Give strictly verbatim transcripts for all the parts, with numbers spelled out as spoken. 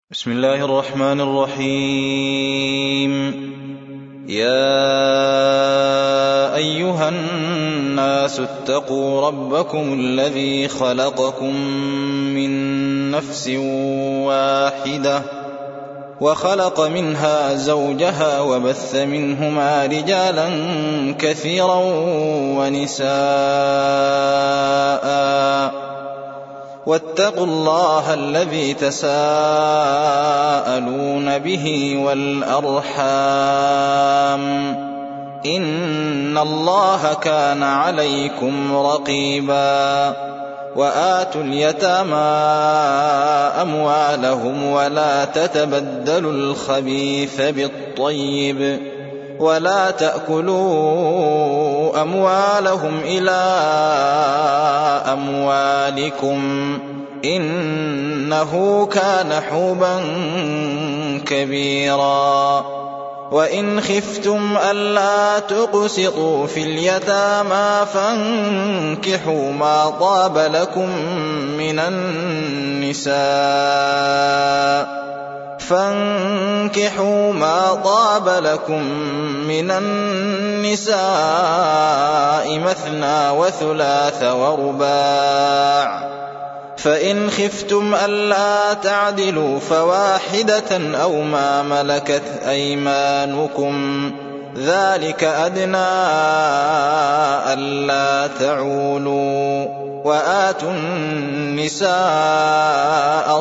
بسم الله الرحمن الرحيم. يا أيها الناس اتقوا ربكم الذي خلقكم من نفس واحدة وخلق منها زوجها وبث منهما رجالا كثيرا ونساء واتقوا الله الذي تساءلون به والأرحام إن الله كان عليكم رقيبا. وآتوا اليتامى أموالهم ولا تتبدلوا الخبيث بالطيب ولا تأكلوا أموالهم إلى أموالكم إنه كان حوبا كبيرا. وإن خفتم ألا تقسطوا في اليتامى فانكحوا ما طاب لكم من النساء فانكحوا ما طاب لكم من النساء مثنى وثلاث ورباع، فإن خفتم ألا تعدلوا فواحدة أو ما ملكت أيمانكم ذلك أدنى ألا تعولوا. وآتوا النساء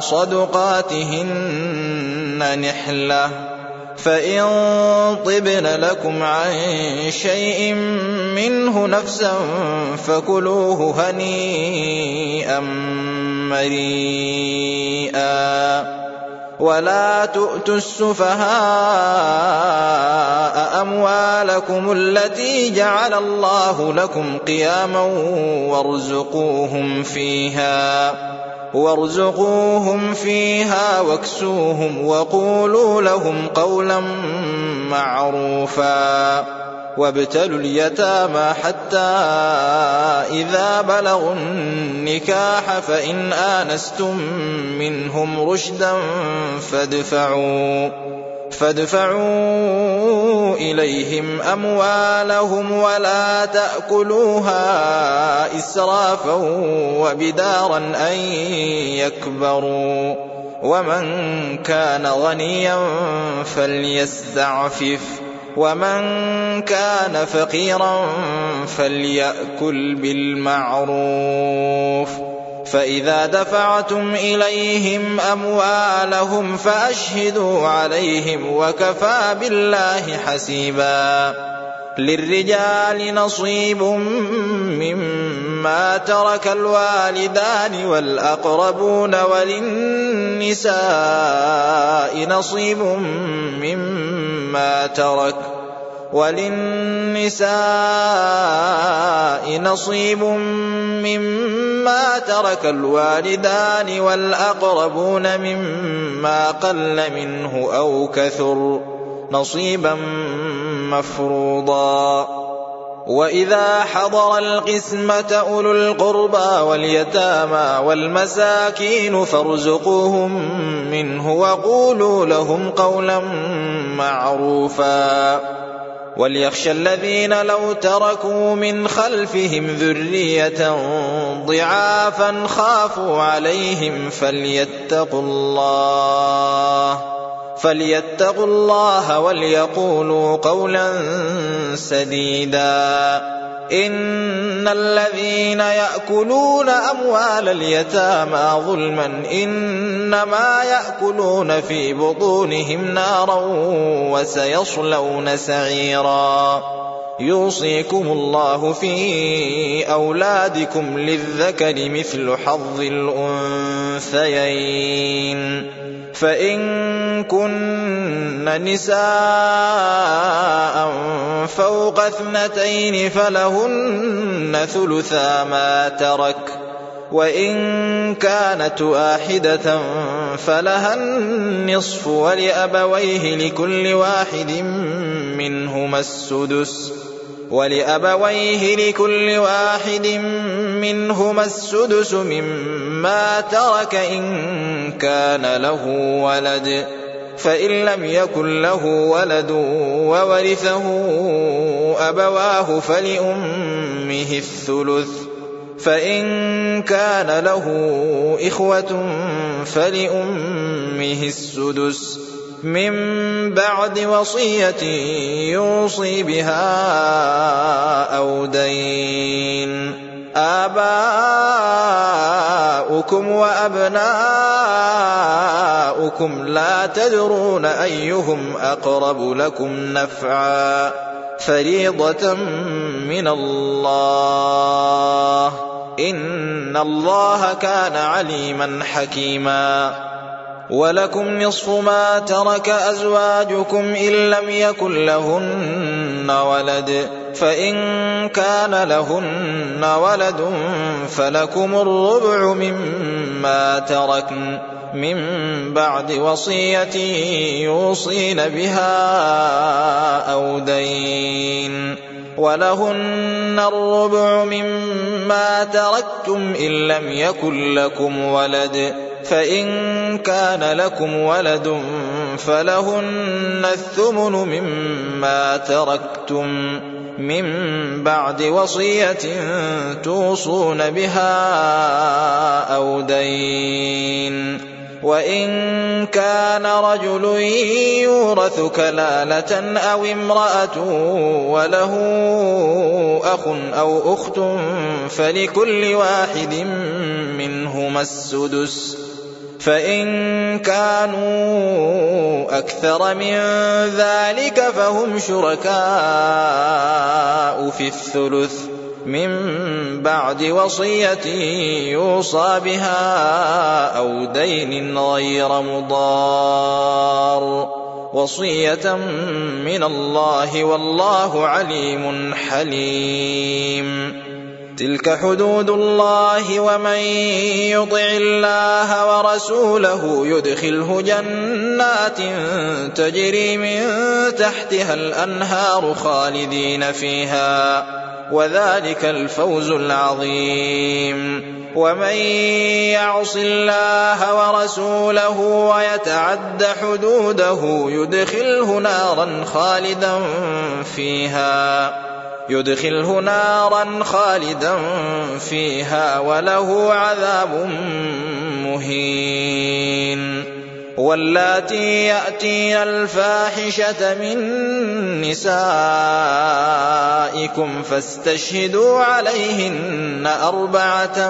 صدقاتهن نحلة، فإن طبن لكم عن شيء منه نفسا فكلوه هنيئا مريئا. ولا تؤتوا السفهاء أموالكم التي جعل الله لكم قياما وارزقوهم فيها وارزقوهم فيها واكسوهم وقولوا لهم قولا معروفا. وابتلوا اليتامى حتى إذا بلغوا النكاح فإن آنستم منهم رشدا فادفعوا فادفعوا إليهم أموالهم ولا تأكلوها إسرافا وبدارا أن يكبروا. ومن كان غنيا فليستعفف ومن كان فقيرا فليأكل بالمعروف. فإذا دفعتم إليهم أموالهم فأشهدوا عليهم وكفى بالله حسيبا. للرجال نصيب مما ترك الوالدان والأقربون وللنساء نصيب مما ترك وللنساء نصيب مما ترك الوالدان والأقربون مما قل منه أو كثر نصيبا مفروضا. وإذا حضر القسمة أولو القربى واليتامى والمساكين فارزقوهم منه وقولوا لهم قولا معروفا. وليخشى الذين لو تركوا من خلفهم ذرية ضعافا خافوا عليهم فليتقوا الله فليتقوا الله وليقولوا قولا سديدا. إن الذين يأكلون أموال اليتامى ظلما إنما يأكلون في بطونهم نارا وسيصلون سعيرا. يوصيكم الله في أولادكم للذكر مثل حظ الأنثيين، فإن كن نساء فوق اثنتين فلهن ثلثا ما ترك، وإن كانت واحدة فلها النصف ولأبويه لكل واحد منهما السدس. ولأبويه لكل واحد منهما السدس مما ترك إن كان له ولد، فإن لم يكن له ولد وورثه أبواه فلأمه الثلث، فإن كان له إخوة فلأمه السدس من بعد وصية يوصي بها أو دين. آباؤكم وأبناؤكم لا تدرون أيهم أقرب لكم نفعا فريضة من الله إن الله كان عليما حكيما. ولكم نصف ما ترك أزواجكم إن لم يكن لهن ولد، فإن كان لهن ولد فلكم الربع مما تركن من بعد وصية يوصين بها أو دين. ولهن الربع مما تركتم إن لم يكن لكم ولد، فإن كان لكم ولد فلهن الثمن مما تركتم من بعد وصية توصون بها أو دين. وإن كان رجل يورث كلالة أو امرأة وله أخ أو أخت فلكل واحد منهما السدس، فإن كانوا أكثر من ذلك فهم شركاء في الثلث من بعد وصية يوصى بها أو دين غير مضار، وصية من الله والله عليم حليم. تلك حدود الله ومن يطع الله ورسوله يدخله جنات تجري من تحتها الأنهار خالدين فيها وذلك الفوز العظيم. ومن يعص الله ورسوله ويتعد حدوده يدخله نارا خالدا فيها يدخله نارا خالدا فيها وله عذاب مهين. واللاتي يأتين الفاحشة من نسائكم فاستشهدوا عليهن أربعة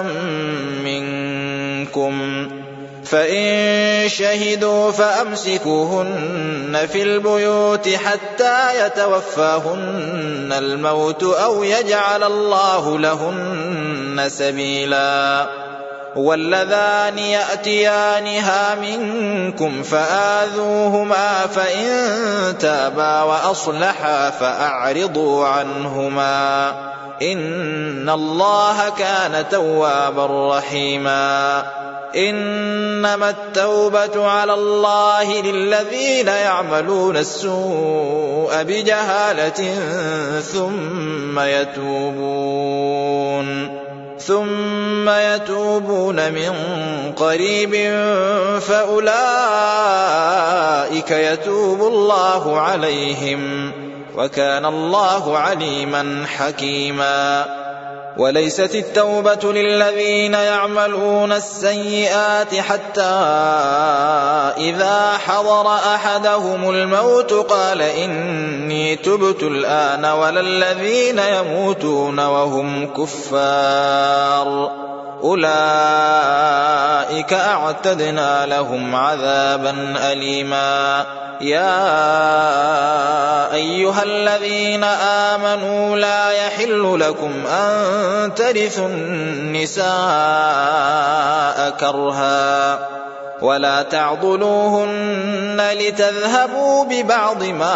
منكم، فإن شهدوا فأمسكوهن في البيوت حتى يتوفاهن الموت أو يجعل الله لهن سبيلا. واللذان يأتيانها منكم فآذوهما فإن تابا وأصلحا فأعرضوا عنهما إن الله كان توابا رحيما. إنما التوبة على الله للذين يعملون السوء بجهالة ثم يتوبون ثم يتوبون من قريب فأولئك يتوب الله عليهم وكان الله عليما حكيما. وليست التوبة للذين يعملون السيئات حتى إذا حضر أحدهم الموت قال إني تبت الآن ولا الذين يموتون وهم كفار أولئك أعتدنا لهم عذابا أليما. يا أيها الذين آمنوا لا يحل لكم أن ترثوا النساء كرها ولا تعضلوهن لتذهبوا ببعض ما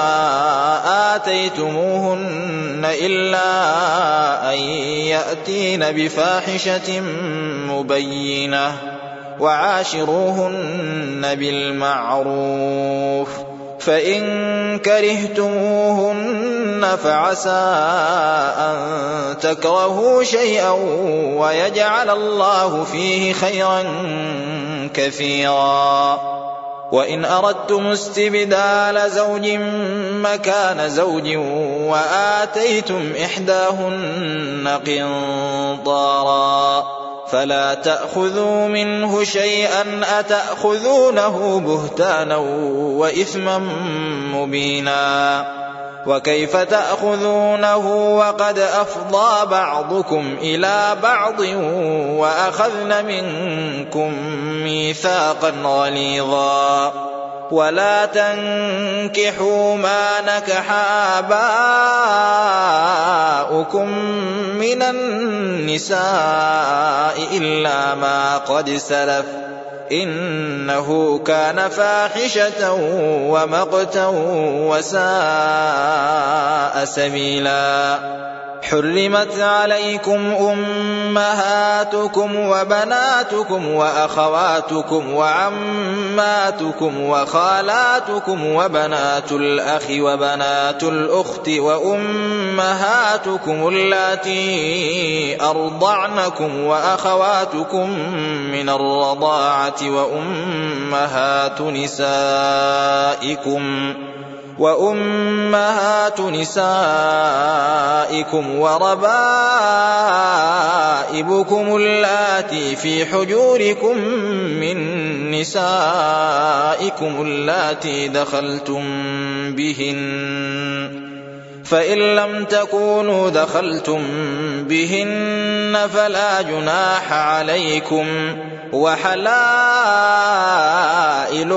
آتيتموهن إلا أن يأتين بفاحشة مبينة وعاشروهن بالمعروف فإن كرهتموهن فعسى أن تكرهوا شيئا ويجعل الله فيه خيرا كثيرا. وإن أردتم استبدال زوج مكان زوج وآتيتم إحداهن قنطارا فلا تأخذوا منه شيئا أتأخذونه بهتانا وإثما مبينا. وكيف تأخذونه وقد أفضى بعضكم إلى بعض وأخذن منكم ميثاقا غليظا. ولا تنكحوا ما نكح آباؤكم من النساء إلا ما قد سلف إنه كان فاحشة ومقتا وساء سبيلا. حرمت عليكم أمهاتكم وبناتكم وأخواتكم وعماتكم وخالاتكم وبنات الأخ وبنات الأخت وأمهاتكم اللاتي أرضعنكم وأخواتكم من الرضاعة وأمهات نسائكم وأمهات نسائكم وربائبكم اللاتي في حجوركم من نسائكم اللاتي دخلتم بهن فإن لم تكونوا دخلتم بهن فلا جناح عليكم. وحلائل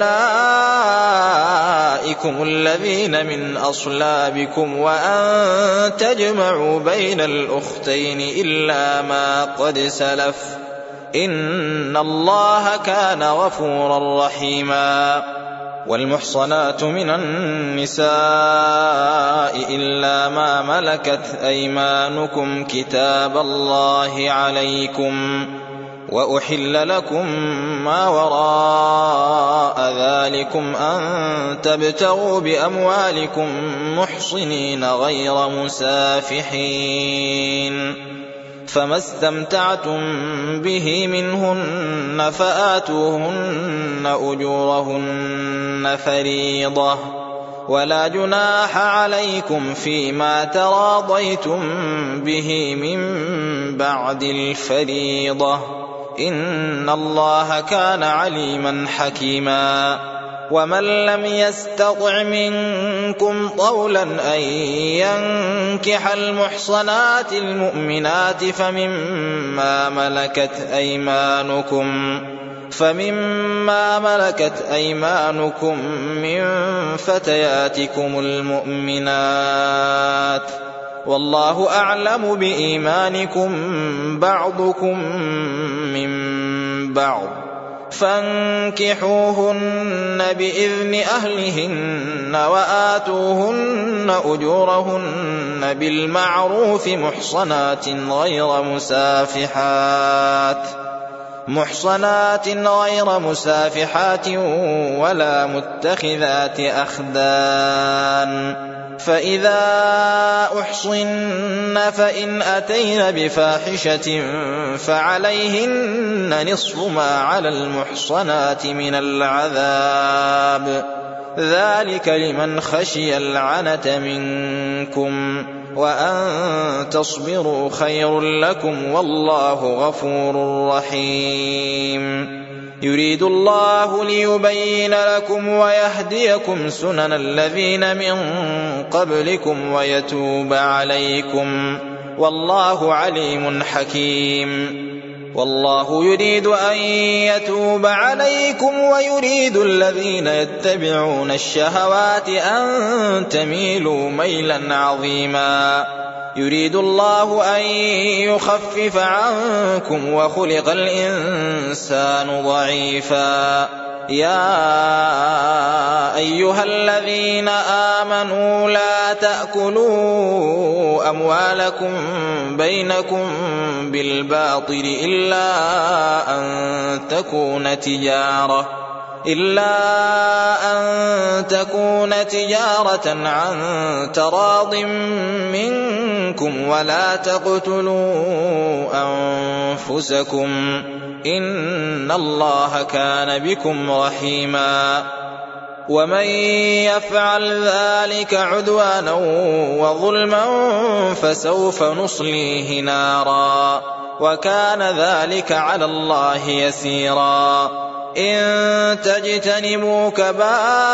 أبنائكم الذين من أصلابكم وأن تجمعوا بين الأختين إلا ما قد سلف إن الله كان غفورا رحيما. والمحصنات من النساء إلا ما ملكت أيمانكم كتاب الله عليكم وأحل لكم ما وراء ذلكم أن تبتغوا بأموالكم محصنين غير مسافحين فما استمتعتم به منهن فآتوهن أجورهن فريضة ولا جناح عليكم فيما تراضيتم به من بعد الفريضة إن الله كان عليما حكيما. ومن لم يستطع منكم طولا أن ينكح المحصنات المؤمنات فمما ملكت أيمانكم فمما ملكت أيمانكم من فتياتكم المؤمنات والله أعلم بإيمانكم بعضكم من بعض فانكحوهن بإذن أهلهن وآتوهن أجورهن بالمعروف محصنات غير مسافحات محصنات غير مسافحات ولا متخذات أخدان. فإذا أحصن فإن أتين بفاحشة فعليهن نصف ما على المحصنات من العذاب ذلك لمن خشي العنة منكم وأن تصبروا خير لكم والله غفور رحيم. يريد الله ليبين لكم ويهديكم سنن الذين من قبلكم ويتوب عليكم والله عليم حكيم. والله يريد أن يتوب عليكم ويريد الذين يتبعون الشهوات أن تميلوا ميلا عظيما. يريد الله أن يخفف عنكم وخلق الإنسان ضعيفا. يا أيها الذين آمنوا لا تأكلوا أموالكم بينكم بالباطل إلا أن تكون تجارة إلا أن تكون تجارة عن تراض منكم ولا تقتلوا أنفسكم إن الله كان بكم رحيما ومن يفعل ذلك عدوانا وظلما فسوف نصليه نارا وكان ذلك على الله يسيرا إن تجتنبوا كبائر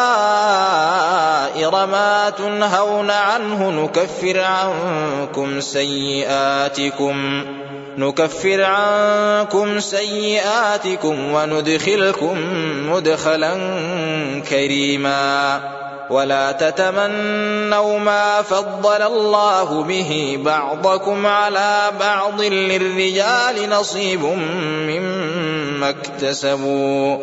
ما تنهون عنه نكفر عنكم سيئاتكم نكفر عنكم سيئاتكم وندخلكم مدخلا كريما ولا تتمنوا ما فضل الله به بعضكم على بعض للرجال نصيب مما اكتسبوا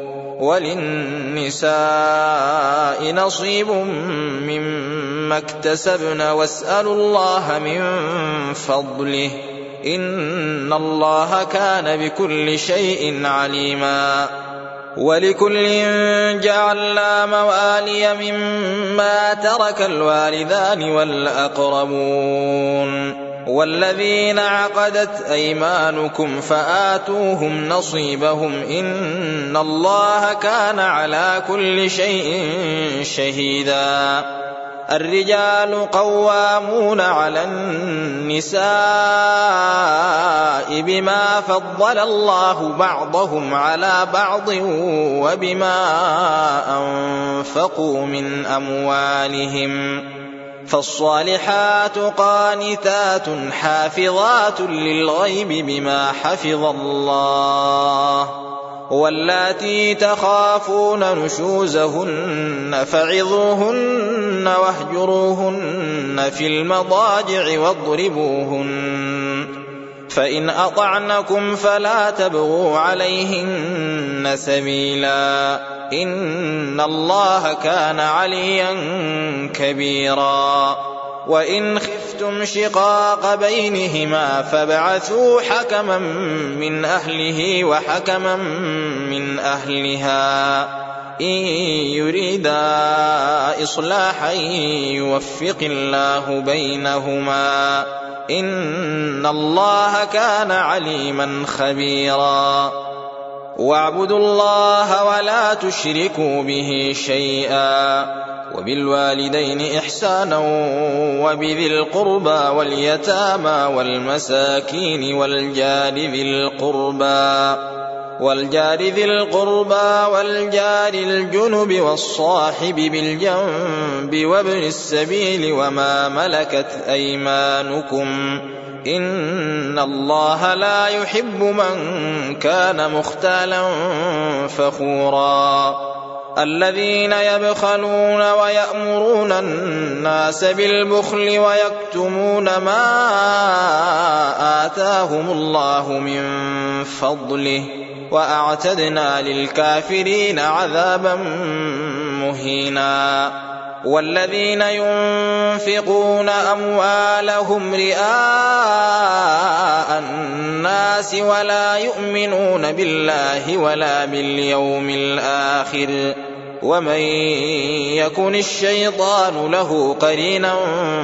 وللنساء نصيب مما اكتسبن واسألوا الله من فضله إن الله كان بكل شيء عليما ولكل جعلنا موالي مما ترك الوالدان والأقربون والذين عقدت أيمانكم فآتوهم نصيبهم إن الله كان على كل شيء شهيدا الرجال قوامون على النساء بما فضل الله بعضهم على بعض وبما أنفقوا من أموالهم فالصالحات قانتات حافظات للغيب بما حفظ الله واللاتي تخافون نشوزهن فعظوهن واهجروهن في المضاجع واضربوهن فإن أطعنكم فلا تبغوا عليهن سبيلا إن الله كان عليا كبيرا وإن خفتم شقاق بينهما فابعثوا حكما من أهله وحكما من أهلها إن يريدا إصلاحا يوفق الله بينهما إن الله كان عليما خبيرا واعبدوا الله ولا تشركوا به شيئا وبالوالدين إحسانا وبذي القربى واليتامى والمساكين والجار ذي القربى والجار ذي القربى والجار الجنب والصاحب بالجنب وابن السبيل وما ملكت أيمانكم إن الله لا يحب من كان مختالا فخورا الذين يبخلون ويأمرون الناس بالبخل ويكتمون ما آتاهم الله من فضله وأعتدنا للكافرين عذابا مهينا والذين ينفقون أموالهم رئاء الناس ولا يؤمنون بالله ولا باليوم الآخر ومن يكن الشيطان له قرينا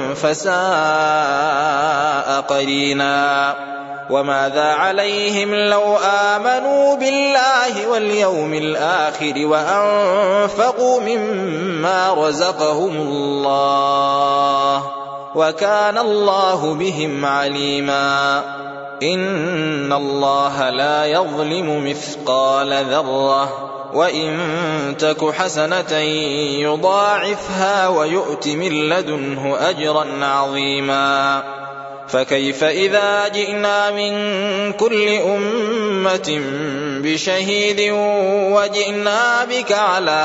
فساء قرينا وماذا عليهم لو آمنوا بالله واليوم الآخر وأنفقوا مما رزقهم الله وكان الله بهم عليما إن الله لا يظلم مثقال ذرة وإن تك حسنة يضاعفها ويؤت من لدنه أجرا عظيما فكيف إذا جئنا من كل أمة بشهيد وجئنا بك على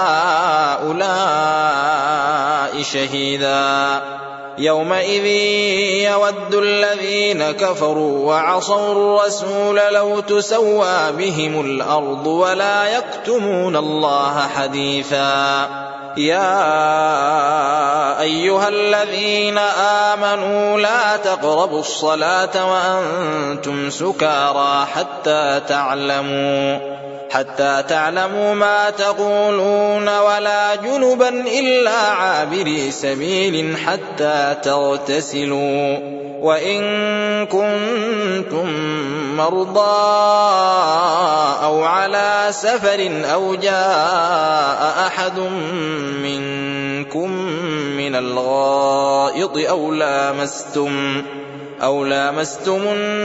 هؤلاء شهيدا يومئذ يود الذين كفروا وعصوا الرسول لو تسوى بهم الأرض ولا يكتمون الله حديثا يا أيها الذين آمنوا لا تقربوا الصلاة وأنتم سكارى حتى تعلموا حتى تعلموا ما تقولون ولا جنبا إلا عابري سبيل حتى تغتسلوا وإن كنتم مرضى أو على سفر أو جاء أحد منكم من الغائط أو لامستم أو لامستم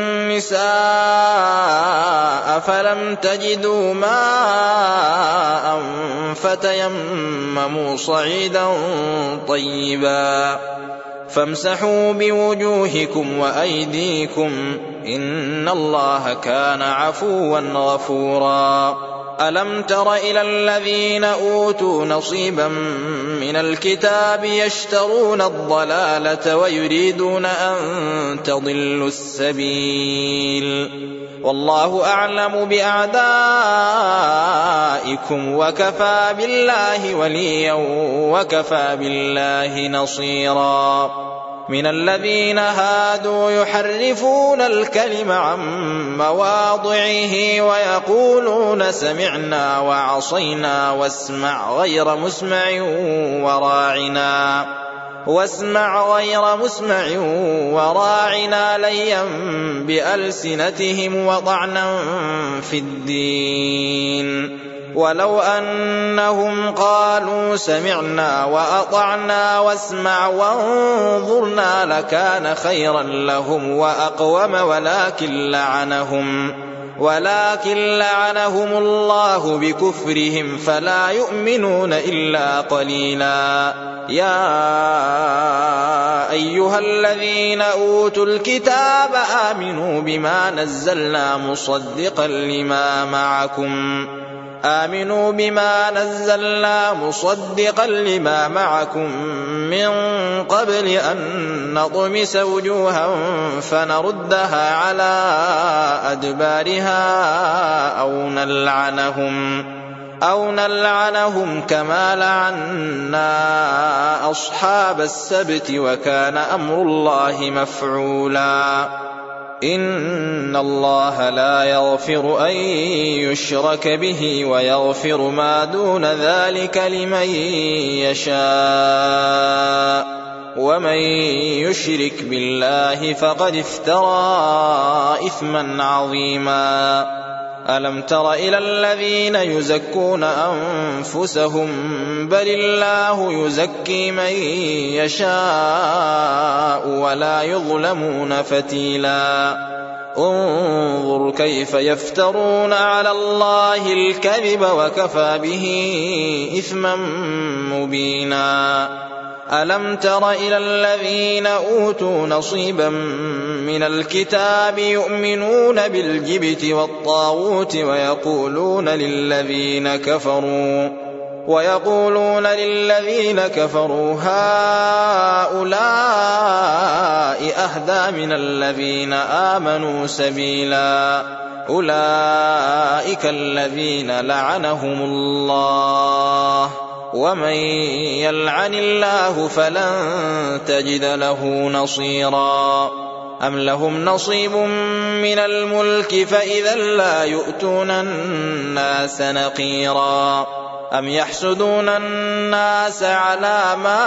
النساء فلم تجدوا ماء فتيمموا صعيدا طيبا فامسحوا بوجوهكم وأيديكم إن الله كان عفوا غفورا ألم تر إلى الذين أوتوا نصيبا من الكتاب يشترون الضلالة ويريدون أن تضلوا السبيل والله أعلم بأعدائكم وكفى بالله وليا وكفى بالله نصيرا من الذين هادوا يحرفون الكلم عن مواضعه ويقولون سمعنا وعصينا واسمع غير مسمع وراعنا واسمع غير مسمع وراعنا ليا بألسنتهم وطعنا في الدين ولو أنهم قالوا سمعنا وأطعنا واسمع وانظرنا لكان خيرا لهم وأقوم ولكن لعنهم ولكن لعنهم الله بكفرهم فلا يؤمنون إلا قليلا يا أيها الذين أوتوا الكتاب آمنوا بما نزلنا مصدقا لما معكم آمنوا بما نزلنا مصدقا لما معكم من قبل أن نطمس وجوها فنردها على أدبارها أو نلعنهم أو نلعنهم كما لعنا أصحاب السبت وكان أمر الله مفعولا إن الله لا يغفر أن يشرك به ويغفر ما دون ذلك لمن يشاء ومن يشرك بالله فقد افترى إثما عظيما ألم تر إلى الذين يزكون أنفسهم بل الله يزكي من يشاء ولا يظلمون فتيلا انظر كيف يفترون على الله الكذب وكفى به إثما مبينا ألم تر إلى الذين أوتوا نصيبا من الكتاب يؤمنون بالجبت والطاغوت ويقولون للذين كفروا ويقولون للذين كفروا هؤلاء أهدى من الذين آمنوا سبيلا أولئك الذين لعنهم الله ومن يلعن الله فلن تجد له نصيرا أم لهم نصيب من الملك فإذا لا يؤتون الناس نقيرا أم يحسدون الناس على ما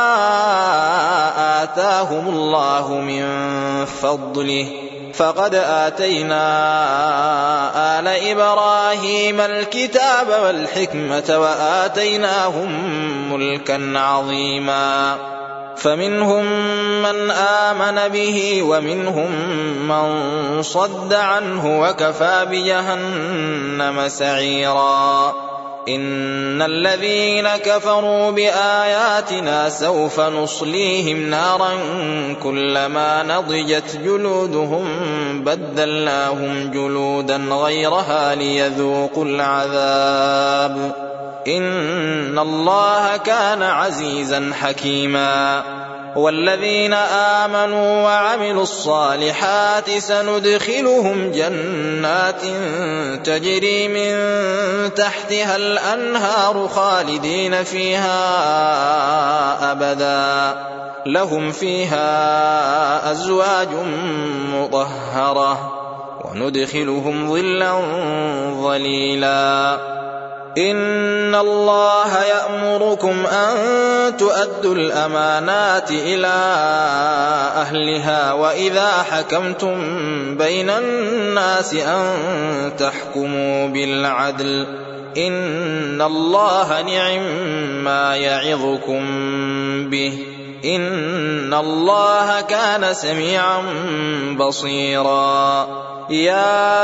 آتاهم الله من فضله فقد آتينا آل إبراهيم الكتاب والحكمة وآتيناهم ملكا عظيما فمنهم من آمن به ومنهم من صد عنه وكفى بجهنم سعيرا إن الذين كفروا بآياتنا سوف نصليهم نارا كلما نضجت جلودهم بدلناهم جلودا غيرها ليذوقوا العذاب إن الله كان عزيزا حكيما والذين آمنوا وعملوا الصالحات سندخلهم جنات تجري من تحتها الأنهار خالدين فيها أبدا لهم فيها أزواج مطهرة وندخلهم ظلا ظليلا إن الله يأمركم أن تؤدوا الأمانات إلى أهلها وإذا حكمتم بين الناس أن تحكموا بالعدل إن الله نعم ما يعظكم به إن الله كان سميعا بصيرا يا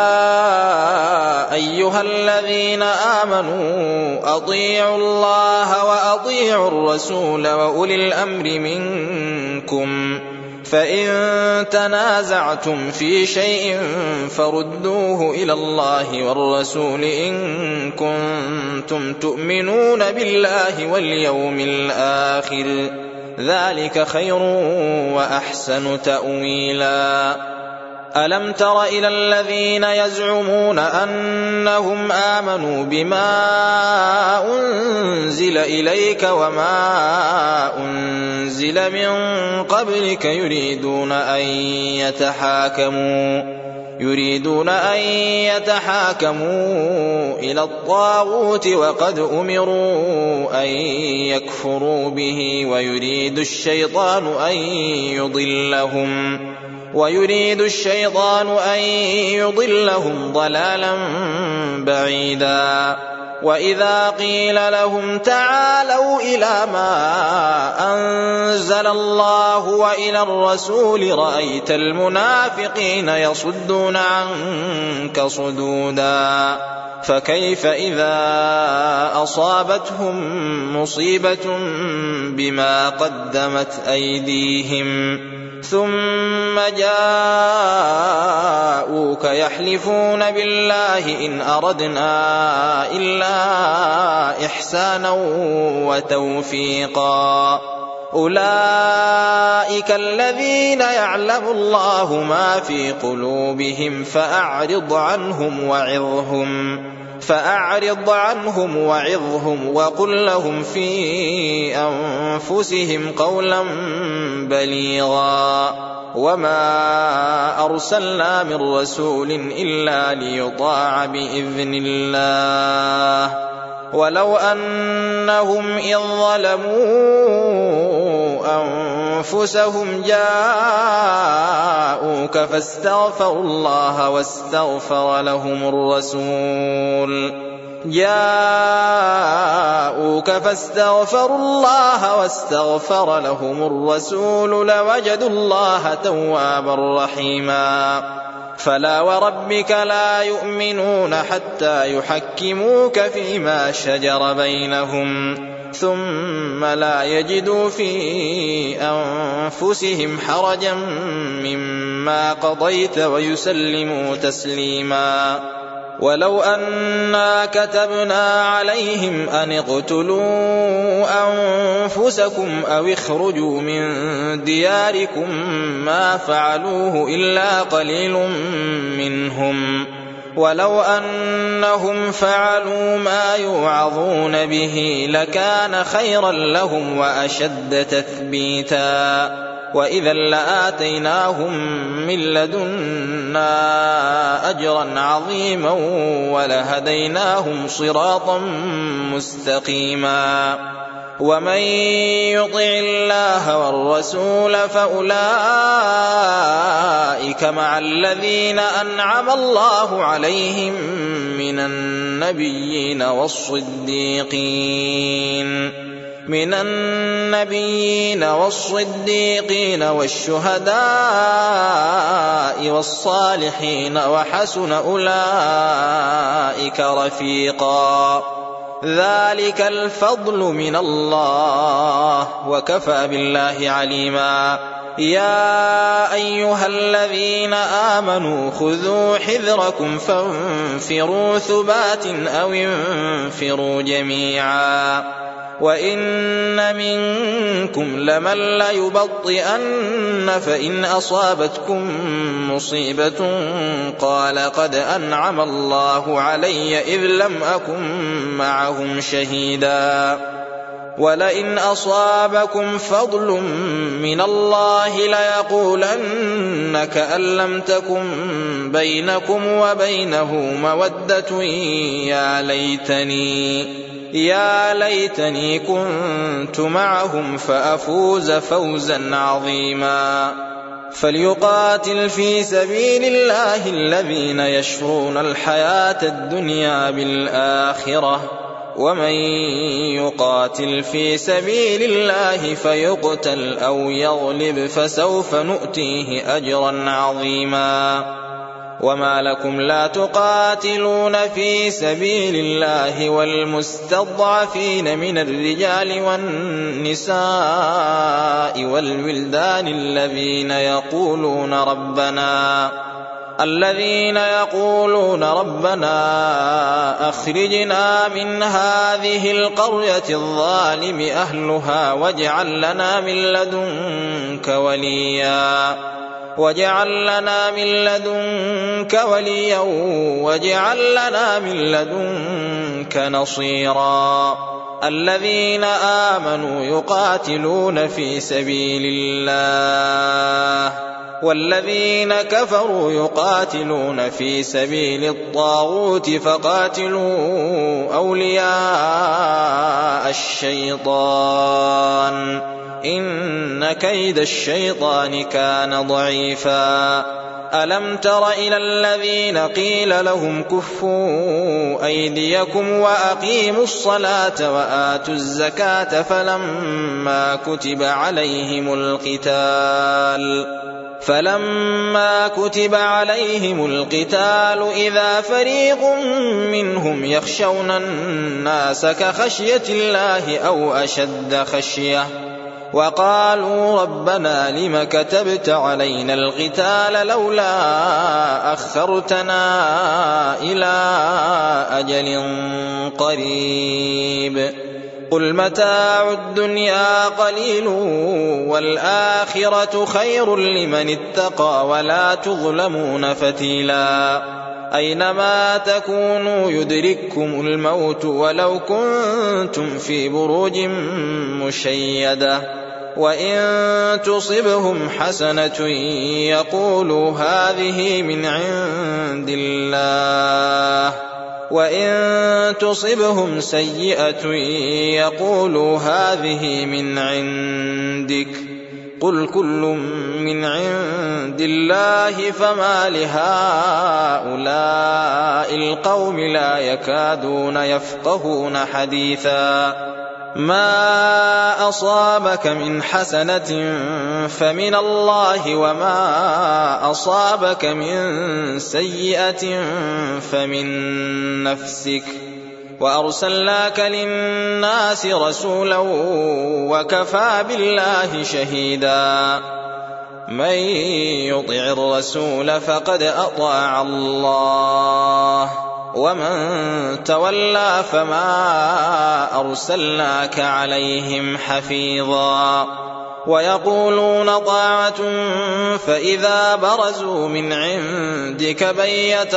أيها الذين آمنوا أطيعوا الله وأطيعوا الرسول وأولي الأمر منكم فإن تنازعتم في شيء فردوه إلى الله والرسول إن كنتم تؤمنون بالله واليوم الآخر ذلك خير وأحسن تأويلا ألم تر إلى الذين يزعمون أنهم آمنوا بما أنزل إليك وما أنزل من قبلك يريدون أن يتحاكموا يريدون أن يتحاكموا إلى الطاغوت وقد أمروا أن يكفروا به ويريد الشيطان أن يضلهم ويريد الشيطان أن يضلهم ضلالا بعيدا وإذا قيل لهم تعالوا إلى ما أنزل الله وإلى الرسول رأيت المنافقين يصدون عنك صدودا فكيف إذا أصابتهم مصيبة بما قدمت أيديهم ثم جاءوك يحلفون بالله إن أردنا إلا إحسانا وتوفيقا أولئك الذين يعلم الله ما في قلوبهم فأعرض عنهم وعظهم فأعرض عنهم وعظهم وقل لهم في أنفسهم قولا بليغا وما أرسلنا من رسول إلا ليطاع بإذن الله ولو أنهم إذ ظلموا أنفسهم جاءوك فاستغفروا الله واستغفر لهم الرسول جاءوك فاستغفروا الله واستغفر لهم الرسول لوجدوا الله توابا رحيما فلا وربك لا يؤمنون حتى يحكموك فيما شجر بينهم ثم لا يجدوا في أنفسهم حرجا مما قضيت ويسلموا تسليما ولو أنا كتبنا عليهم أن اقتلوا أنفسكم أو اخرجوا من دياركم ما فعلوه إلا قليل منهم ولو أنهم فعلوا ما يوعظون به لكان خيرا لهم وأشد تثبيتا وإذا لآتيناهم من لدنا أجرا عظيما ولهديناهم صراطا مستقيما ومن يطع الله والرسول فأولئك مع الذين أنعم الله عليهم من النبيين والصديقين من النبيين والصديقين والشهداء والصالحين وحسن أولئك رفيقا ذلك الفضل من الله وكفى بالله عليما يا أيها الذين آمنوا خذوا حذركم فانفروا ثبات أو انفروا جميعا وإن منكم لمن ليبطئن فإن أصابتكم مصيبة قال قد أنعم الله علي إذ لم أكن معهم شهيدا ولئن أصابكم فضل من الله ليقولن كأن لم تكن بينكم وبينه مودة يا ليتني يا ليتني كنت معهم فأفوز فوزا عظيما. فليقاتل في سبيل الله الذين يشرون الحياة الدنيا بالآخرة، ومن يقاتل في سبيل الله فيقتل أو يغلب فسوف نؤتيه أجرا عظيما. وما لكم لا تقاتلون في سبيل الله والمستضعفين من الرجال والنساء والولدان الذين يقولون ربنا الذين يقولون ربنا أخرجنا من هذه القرية الظالم أهلها واجعل لنا من لدنك وليا واجعل لنا من لدنك وليا واجعل لنا من لدنك نصيرا. الذين آمنوا يقاتلون في سبيل الله والذين كفروا يقاتلون في سبيل الطاغوت فقاتلوا أولياء الشيطان إن كيد الشيطان كان ضعيفا. ألم تر إلى الذين قيل لهم كفوا أيديكم وأقيموا الصلاة وآتوا الزكاة فلما كتب عليهم القتال فلما كتب عليهم القتال إذا فريق منهم يخشون الناس كخشية الله أو أشد خشية وقالوا ربنا لم كتبت علينا القتال لولا أخرتنا إلى أجل قريب قل متاع الدنيا قليل والآخرة خير لمن اتقى ولا تظلمون فتيلا. أينما تكونوا يدرككم الموت ولو كنتم في بروج مشيدة وإن تصبهم حسنة يقولوا هذه من عند الله وإن تصبهم سيئة يقولوا هذه من عندك قل كل من عند الله فما لهؤلاء القوم لا يكادون يفقهون حديثا. ما أصابك من حسنة فمن الله وما أصابك من سيئة فمن نفسك وأرسلناك للناس رسولا وكفى بالله شهيدا. من يطع الرسول فقد أطاع الله ومن تولى فما أرسلناك عليهم حفيظا. ويقولون طاعة فإذا برزوا من عندك بيت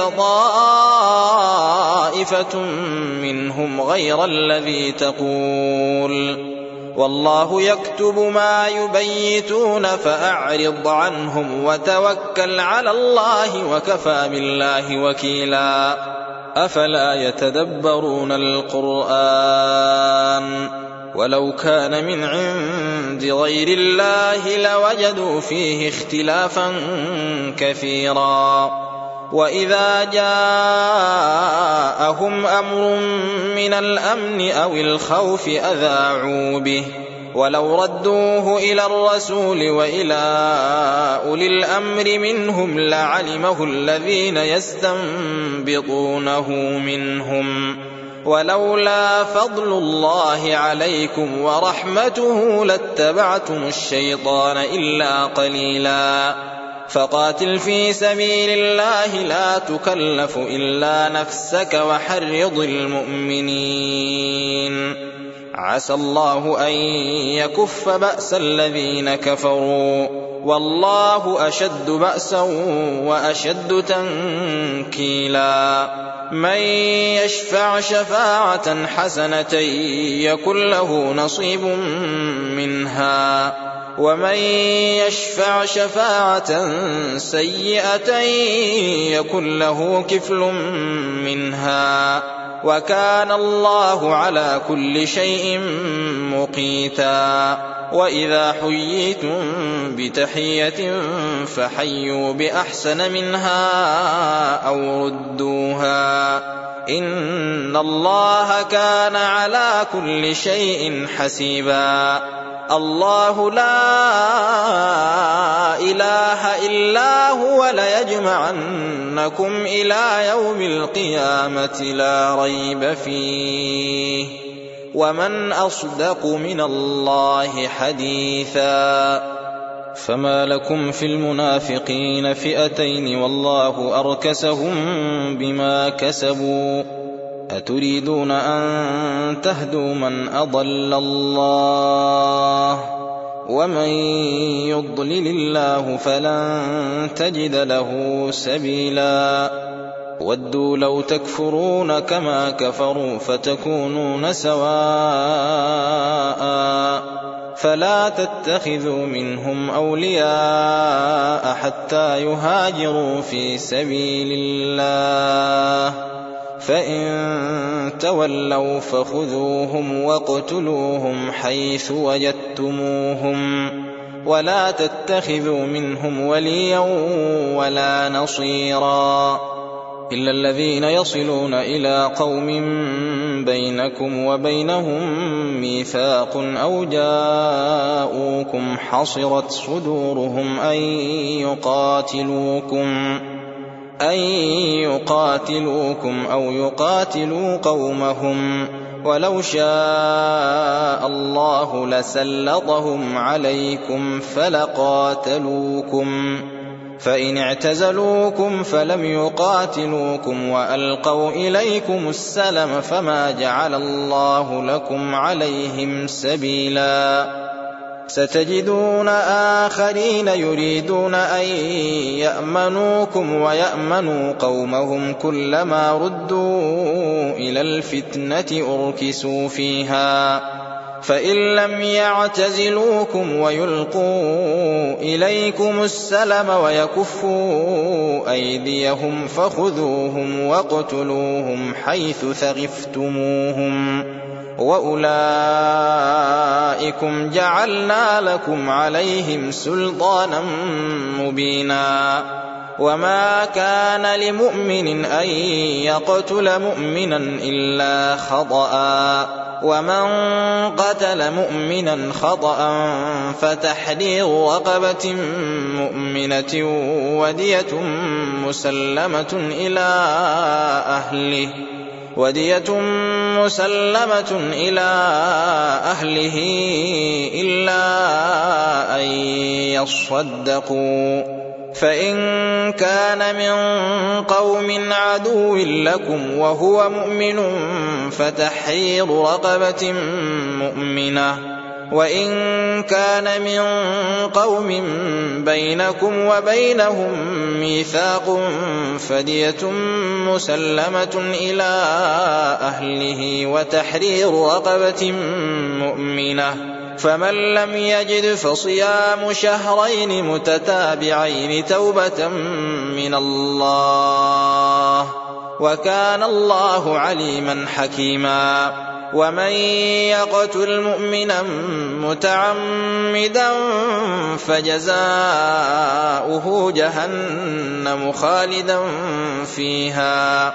طائفة منهم غير الذي تقول والله يكتب ما يبيتون فأعرض عنهم وتوكل على الله وكفى بالله وكيلا. أفلا يتدبرون القرآن ولو كان من عند غير الله لوجدوا فيه اختلافا كثيرا. وإذا جاءهم أمر من الأمن أو الخوف أذاعوا به ولو ردوه إلى الرسول وإلى أولي الأمر منهم لعلمه الذين يستنبطونه منهم ولولا فضل الله عليكم ورحمته لاتبعتم الشيطان إلا قليلا. فقاتل في سبيل الله لا تكلف إلا نفسك وحرض المؤمنين عسى الله أن يكف بأس الذين كفروا والله أشد بأسا وأشد تنكيلا. من يشفع شفاعة حسنة يكن له نصيب منها ومن يشفع شفاعة سيئة يكن له كفل منها وكان الله على كل شيء مقيتا. وإذا حييتم بتحية فحيوا بأحسن منها أو ردوها إن الله كان على كل شيء حسيبا. الله لا إله إلا هو ليجمعنكم إلى يوم القيامة لا ريب فيه ومن أصدق من الله حديثا. فما لكم في المنافقين فئتين والله أركسهم بما كسبوا أتريدون أن تهدوا من أضل الله ومن يضلل الله فلن تجد له سبيلا. ودوا لو تكفرون كما كفروا فتكونون سواء فلا تتخذوا منهم أولياء حتى يهاجروا في سبيل الله فإن تولوا فخذوهم واقتلوهم حيث وجدتموهم ولا تتخذوا منهم وليا ولا نصيرا إلا الذين يصلون إلى قوم بينكم وبينهم ميثاق أو جاءوكم حصرت صدورهم أن يقاتلوكم أن يقاتلوكم أو يقاتلوا قومهم ولو شاء الله لسلطهم عليكم فلقاتلوكم فإن اعتزلوكم فلم يقاتلوكم وألقوا إليكم السلم فما جعل الله لكم عليهم سبيلا. ستجدون آخرين يريدون أن يأمنوكم ويأمنوا قومهم كلما ردوا إلى الفتنة أركسوا فيها فإن لم يعتزلوكم ويلقوا إليكم السلم ويكفوا أيديهم فخذوهم واقتلوهم حيث ثقفتموهم وأولئكم جعلنا لكم عليهم سلطانا مبينا. وما كان لمؤمن أن يقتل مؤمنا إلا خطأ ومن قتل مؤمنا خطأ فتحرير رقبة مؤمنة ودية مسلمة إلى أهله ودية مسلمة إلى أهله إلا أن يصدقوا فإن كان من قوم عدو لكم وهو مؤمن فتحرير رقبة مؤمنة وإن كان من قوم بينكم وبينهم ميثاق فدية مسلمة إلى أهله وتحرير رقبة مؤمنة فمن لم يجد فصيام شهرين متتابعين توبة من الله وكان الله عليما حكيما. ومن يقتل مؤمنا متعمدا فجزاؤه جهنم خالدا فيها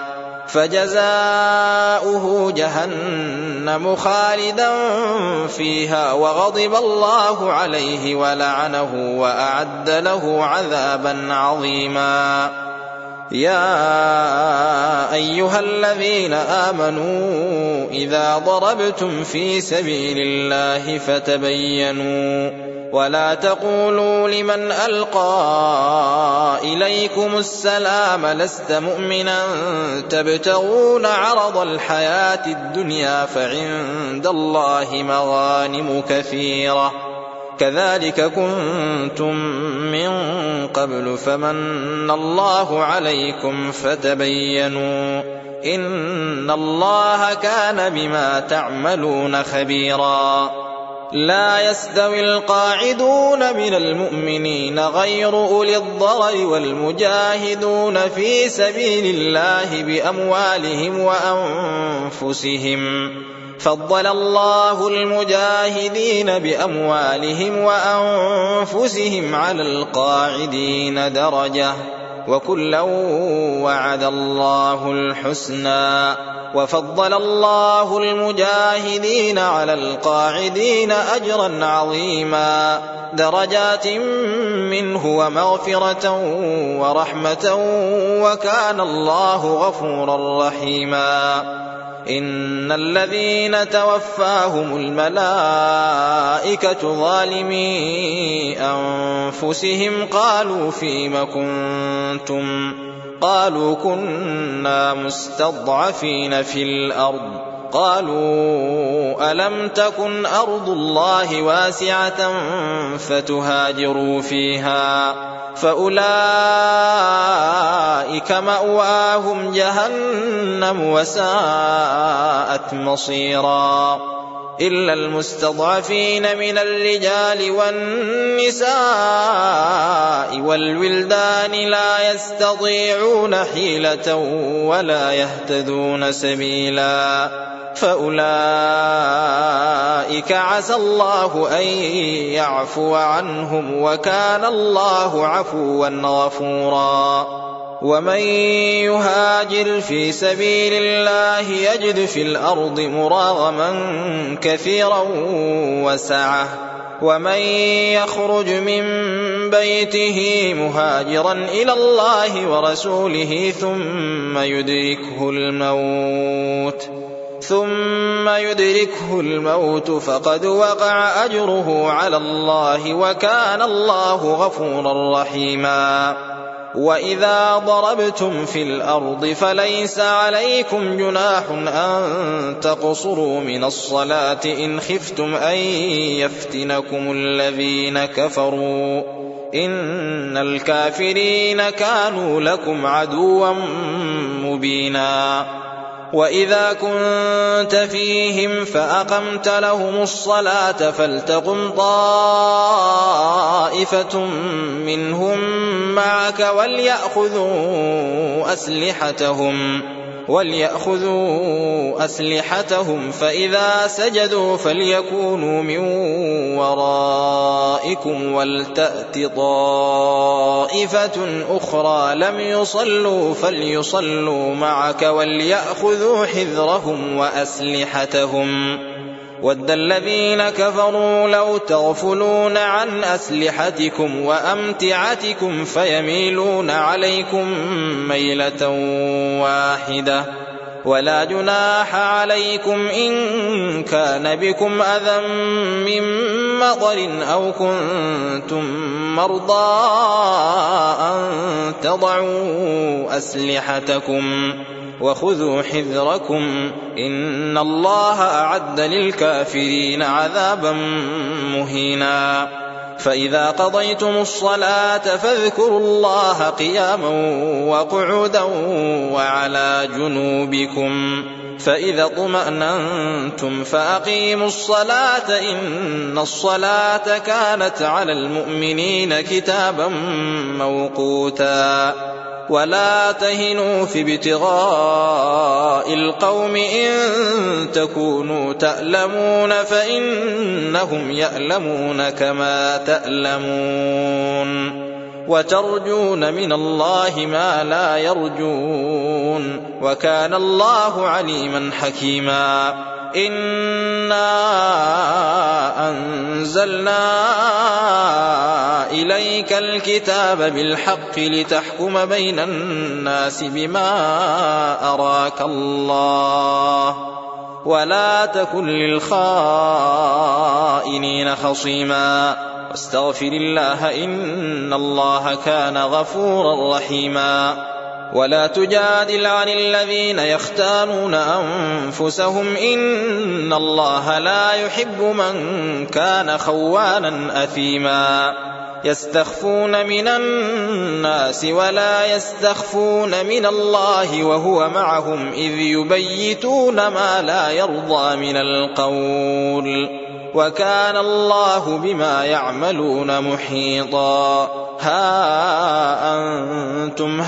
فجزاؤه جهنم خالدا فيها وغضب الله عليه ولعنه وأعد له عذابا عظيما. يا أيها الذين آمنوا إذا ضربتم في سبيل الله فتبينوا ولا تقولوا لمن ألقى إليكم السلام لست مؤمنا تبتغون عرض الحياة الدنيا فعند الله مغانم كثيرة كذلك كنتم من قبل فمن الله عليكم فتبينوا إن الله كان بما تعملون خبيرا لا يستوي القاعدون من المؤمنين غير أولي الضرر والمجاهدون في سبيل الله بأموالهم وأنفسهم فضل الله المجاهدين بأموالهم وأنفسهم على القاعدين درجة وكلا وعد الله الحسنى وفضل الله المجاهدين على القاعدين أجرا عظيما درجات منه ومغفرة ورحمة وكان الله غفورا رحيما إن الذين توفاهم الملائكة ظالمي أنفسهم قالوا فيم كنتم قالوا كنا مستضعفين في الأرض قالوا ألم تكن أرض الله واسعة فتهاجروا فيها فأولئك مأواهم جهنم وساءت مصيرا إلا المستضعفين من الرجال والنساء والولدان لا يستطيعون حيلة ولا يهتدون سبيلا فأولئك عسى الله أن يعفو عنهم وكان الله عفوا غفورا ومن يهاجر في سبيل الله يجد في الأرض مراغما كثيرا وسعة ومن يخرج من بيته مهاجرا إلى الله ورسوله ثم يدركه الموت ثم يدركه الموت فقد وقع أجره على الله وكان الله غفورا رحيما وإذا ضربتم في الأرض فليس عليكم جناح أن تقصروا من الصلاة إن خفتم أن يفتنكم الذين كفروا إن الكافرين كانوا لكم عدوا مبينا وإذا كنت فيهم فأقمت لهم الصلاة فلتقم طائفة منهم معك وليأخذوا أسلحتهم وليأخذوا أسلحتهم فإذا سجدوا فليكونوا من ورائكم ولتأت طائفة أخرى لم يصلوا فليصلوا معك وليأخذوا حذرهم وأسلحتهم ود الذين كفروا لو تغفلون عن أسلحتكم وأمتعتكم فيميلون عليكم ميلة واحدة ولا جناح عليكم إن كان بكم أذى من مطر أو كنتم مرضى أن تضعوا أسلحتكم وخذوا حذركم إن الله أعد للكافرين عذابا مهينا فإذا قضيتم الصلاة فاذكروا الله قياما وقعودا وعلى جنوبكم فإذا اطمأننتم فأقيموا الصلاة إن الصلاة كانت على المؤمنين كتابا موقوتا ولا تهنوا في ابتغاء القوم إن تكونوا تألمون فإنهم يألمون كما تألمون وترجون من الله ما لا يرجون وكان الله عليما حكيما إنا أنزلنا إليك الكتاب بالحق لتحكم بين الناس بما أراك الله ولا تكن للخائنين خصيما واستغفر الله إن الله كان غفورا رحيما ولا تجادل عن الذين يختانون أنفسهم إن الله لا يحب من كان خوانا أثيما يستخفون من الناس ولا يستخفون من الله وهو معهم إذ يبيتون ما لا يرضى من القول وكان الله بما يعملون محيطا ها أنتم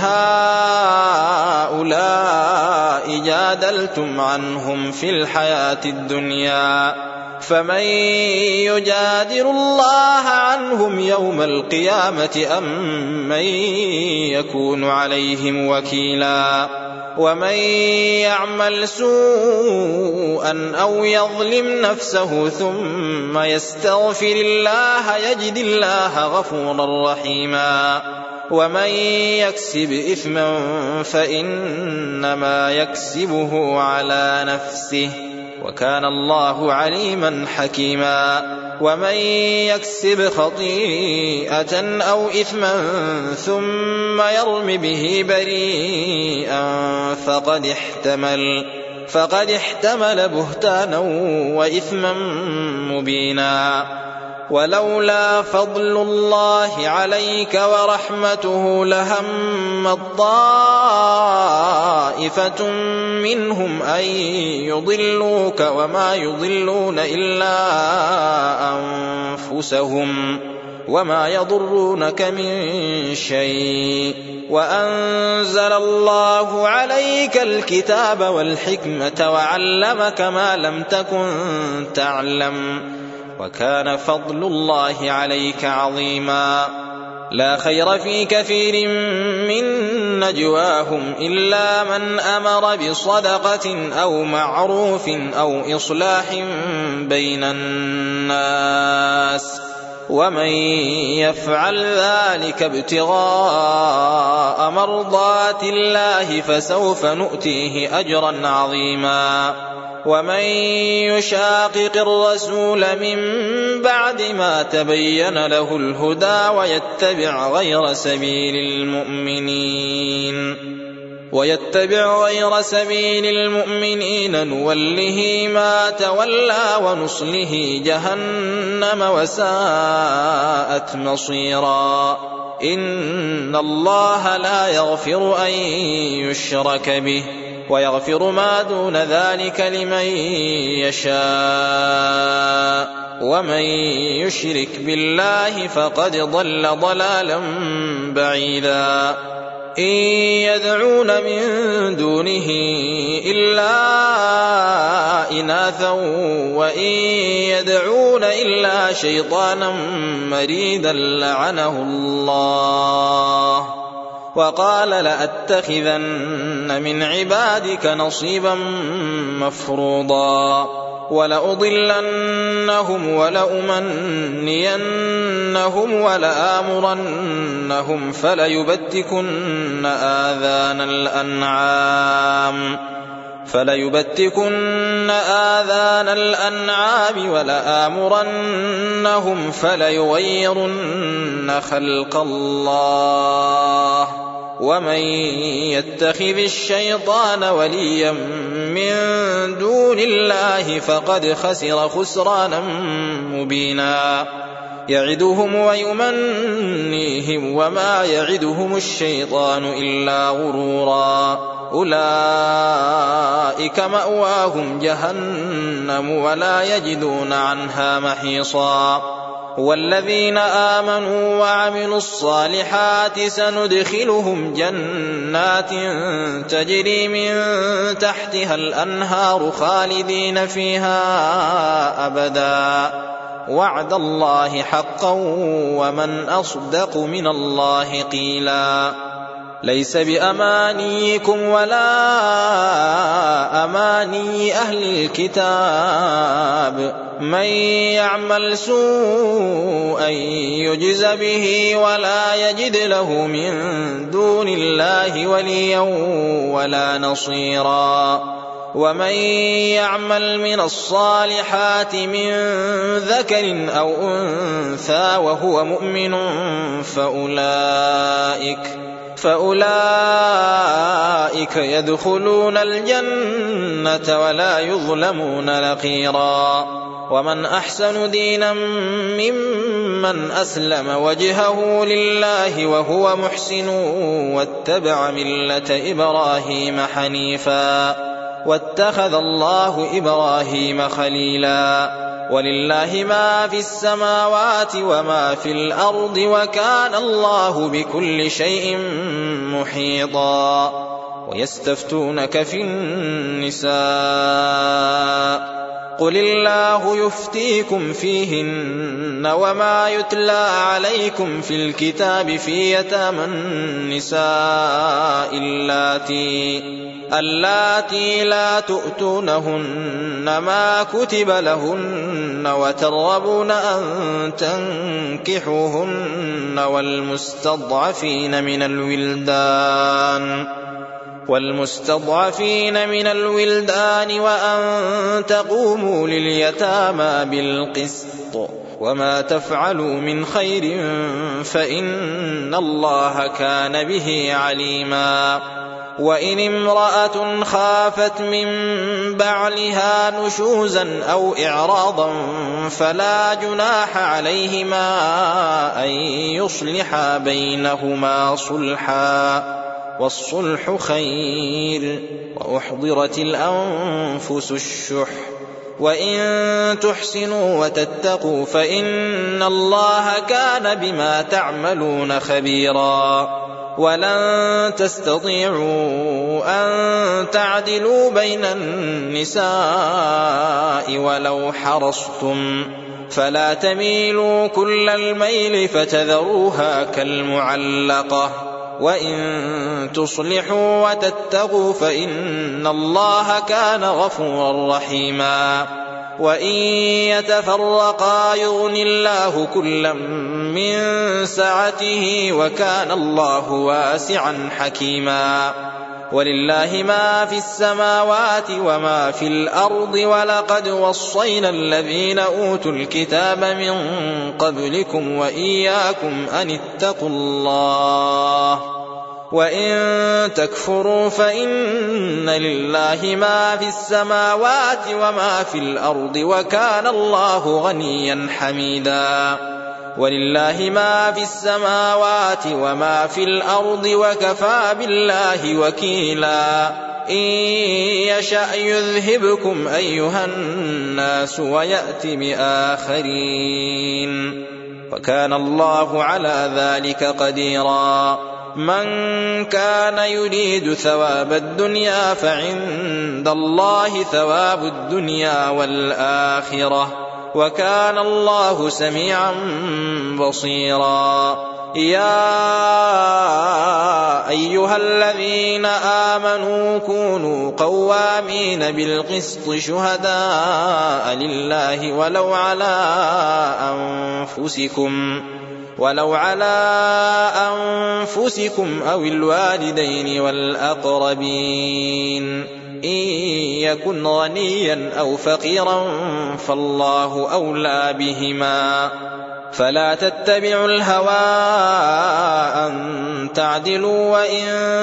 هؤلاء جادلتم عنهم في الحياة الدنيا فمن يجادل الله عنهم يوم القيامة أم من يكون عليهم وكيلا ومن يعمل سوءا أو يظلم نفسه ثم يستغفر الله يجد الله غفورا رحيما ومن يكسب إثما فإنما يكسبه على نفسه وكان الله عليما حكيما ومن يكسب خطيئة أو إثما ثم يرم به بريئا فقد احتمل فقد احتمل بهتانا وإثما مبينا ولولا فضل الله عليك ورحمته لهم طائفة منهم أن يضلوك وما يضلون إلا أنفسهم وما يضرونك من شيء وأنزل الله عليك الكتاب والحكمة وعلمك ما لم تكن تعلم وكان فضل الله عليك عظيما لا خير في كثير من نجواهم إلا من أمر بصدقة أو معروف أو إصلاح بين الناس ومن يفعل ذلك ابتغاء مرضات الله فسوف نؤتيه أجرا عظيما ومن يشاقق الرسول من بعد ما تبين له الهدى ويتبع غير سبيل المؤمنين ويتبع غير سبيل المؤمنين نوله ما تولى ونصله جهنم وساءت مصيرا إن الله لا يغفر أن يشرك به ويغفر ما دون ذلك لمن يشاء ومن يشرك بالله فقد ضل ضلالا بعيدا إن يدعون من دونه إلا إناثا وإن يدعون إلا شيطانا مريدا لعنه الله وقال لأتخذن من عبادك نصيبا مفروضا ولأضلنهم ولأمنينهم ولآمرنهم فليبتكن آذان الأنعام فليبتكن آذان الأنعام ولآمرنهم فليغيرن خلق الله ومن يتخذ الشيطان وليا من دون الله فقد خسر خسرانا مبينا يعدهم ويمنيهم وما يعدهم الشيطان إلا غرورا أولئك مأواهم جهنم ولا يجدون عنها محيصا والذين آمنوا وعملوا الصالحات سندخلهم جنات تجري من تحتها الأنهار خالدين فيها أبدا وعد الله حقا ومن أصدق من الله قيلا ليس بأمانيكم ولا أماني أهل الكتاب من يعمل سوءا يجز به ولا يجد له من دون الله وليا ولا نصيرا ومن يعمل من الصالحات من ذكر أو أنثى وهو مؤمن فأولئك فأولئك يدخلون الجنة ولا يظلمون نقيرا. ومن أحسن دينا ممن أسلم وجهه لله وهو محسن واتبع ملة إبراهيم حنيفا واتخذ الله إبراهيم خليلا. ولله ما في السماوات وما في الأرض وكان الله بكل شيء محيطا. ويستفتونك في النساء قل الله يفتيكم فيهن وما يتلى عليكم في الكتاب في يتامى النساء اللاتي اللاتي لا تؤتونهن ما كتب لهن وترغبون أن تنكحوهن والمستضعفين من الولدان والمستضعفين من الولدان وأن تقوموا لليتامى بالقسط وما تفعلوا من خير فإن الله كان به عليما. وإن امرأة خافت من بعلها نشوزا أو إعراضا فلا جناح عليهما أن يصلحا بينهما صلحا والصلح خير. وأحضرت الأنفس الشح وإن تحسنوا وتتقوا فإن الله كان بما تعملون خبيرا. ولن تستطيعوا أن تعدلوا بين النساء ولو حرصتم فلا تميلوا كل الميل فتذروها كالمعلقة. وإن تصلحوا وتتقوا فإن الله كان غفورا رحيما. وإن يتفرقا يغن الله كلا من سعته وكان الله واسعا حكيما. ولله ما في السماوات وما في الأرض ولقد وصينا الذين أوتوا الكتاب من قبلكم وإياكم أن اتقوا الله وإن تكفروا فإن لله ما في السماوات وما في الأرض وكان الله غنيا حميدا. ولله ما في السماوات وما في الأرض وكفى بالله وكيلا. إن يشأ يذهبكم أيها الناس ويأت بآخرين وكان الله على ذلك قديرا. من كان يريد ثواب الدنيا فعند الله ثواب الدنيا والآخرة وكان الله سميعا بصيرا. يا أيها الذين آمنوا كونوا قوامين بالقسط شهداء لله ولو على أنفسكم ولو على أنفسكم أو الوالدين والأقربين إن يكن غنيا أو فقيرا فالله أولى بهما. فلا تتبعوا الهوى أن تعدلوا وإن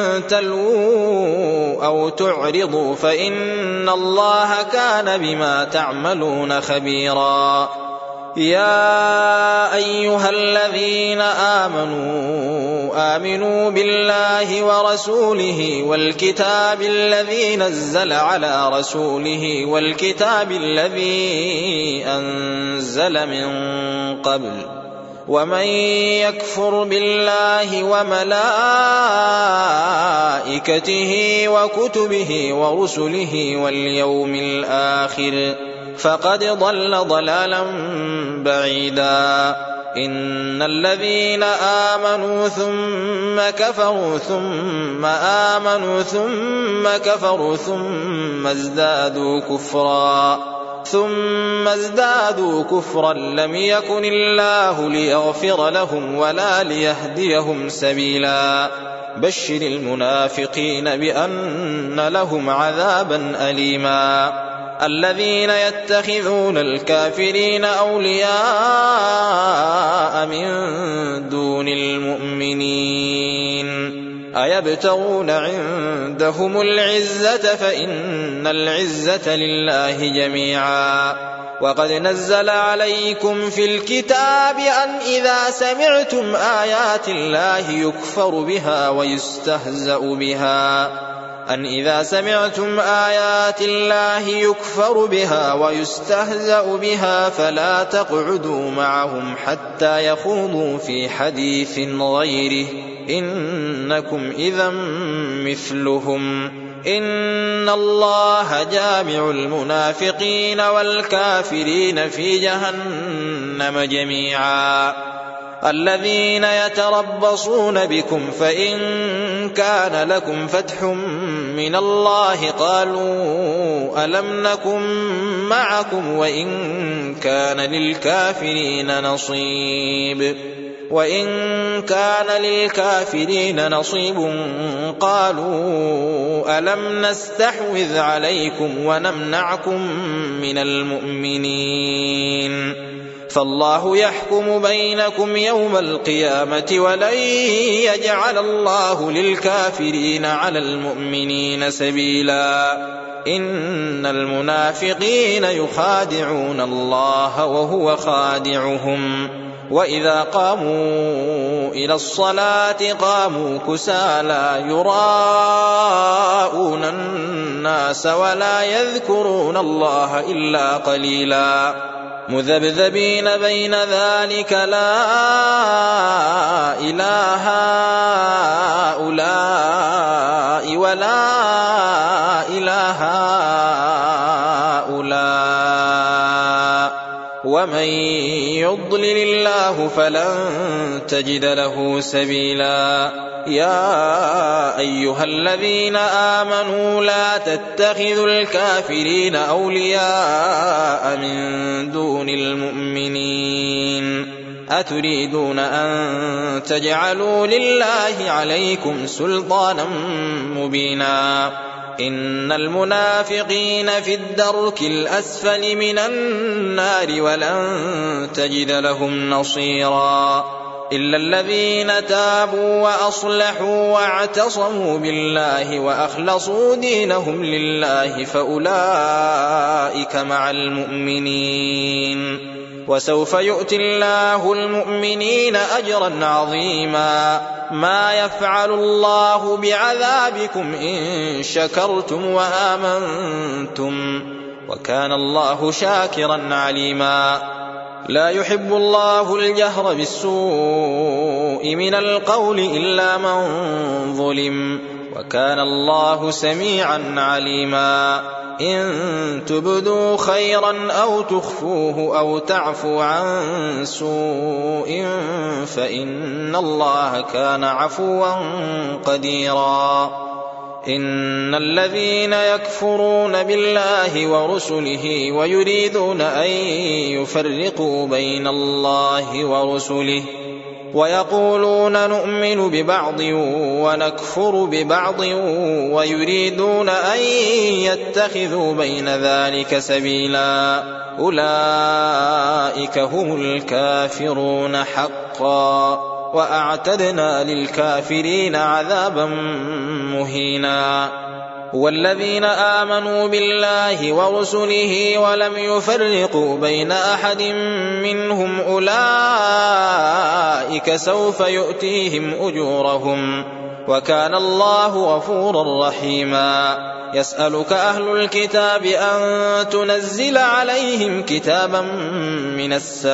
تلووا أو تعرضوا فإن الله كان بما تعملون خبيرا. يا أيها الذين آمنوا آمنوا بالله ورسوله والكتاب الذي نزل على رسوله والكتاب الذي أنزل من قبل ومن يكفر بالله وملائكته وكتبه ورسله واليوم الآخر فقد ضل ضلالا بعيدا. إن الذين آمنوا ثم كفروا ثم آمنوا ثم كفروا ثم ازدادوا كفرا ثم ازدادوا كفرا لم يكن الله ليغفر لهم ولا ليهديهم سبيلا. بشر المنافقين بأن لهم عذابا أليما. الذين يتخذون الكافرين أولياء من دون المؤمنين أيبتغون عندهم العزة فإن العزة لله جميعا. وقد نزل عليكم في الكتاب أن إذا سمعتم آيات الله يكفر بها ويستهزأ بها أن إذا سمعتم آيات الله يكفر بها ويستهزأ بها فلا تقعدوا معهم حتى يخوضوا في حديث غيره إنكم إذا مثلهم إن الله جامع المنافقين والكافرين في جهنم جميعا. الذين يتربصون بكم فإن كان لكم فتح من الله قالوا ألم نكن معكم وإن كان للكافرين نصيب وإن كان للكافرين نصيب قالوا ألم نستحوذ عليكم ونمنعكم من المؤمنين فالله يحكم بينكم يوم القيامة ولن يجعل الله للكافرين على المؤمنين سبيلا. إن المنافقين يخادعون الله وهو خادعهم وإذا قاموا إلى الصلاة قاموا كسالى يراءون الناس ولا يذكرون الله إلا قليلا مذبذبين بين ذلك لا إله هؤلاء ولا إله هؤلاء ومن يضلل الله فلن تجد له سبيلا. يا أيها الذين آمنوا لا تتخذوا الكافرين أولياء من دون المؤمنين أتريدون أن تجعلوا لله عليكم سلطانا مبينا. إن المنافقين في الدرك الأسفل من النار ولن تجد لهم نصيرا إلا الذين تابوا وأصلحوا واعتصموا بالله وأخلصوا دينهم لله فأولئك مع المؤمنين وسوف يؤتي الله المؤمنين أجرا عظيما. ما يفعل الله بعذابكم إن شكرتم وآمنتم وكان الله شاكرا عليما. لا يحب الله الجهر بالسوء من القول إلا من ظلم وكان الله سميعا عليما. إن تبدوا خيرا أو تخفوه أو تعفو عن سوء فإن الله كان عفوا قديرا. إن الذين يكفرون بالله ورسله ويريدون أن يفرقوا بين الله ورسله ويقولون نؤمن ببعض ونكفر ببعض ويريدون أن يتخذوا بين ذلك سبيلا أولئك هم الكافرون حقا وأعتدنا للكافرين عذابا مهينا. والذين آمنوا بالله ورسله ولم يفرقوا بين أحد منهم أولئك سوف يؤتيهم أجورهم وكان الله غفورا رحيما. يسألك أهل الكتاب أن تنزل عليهم كتابا من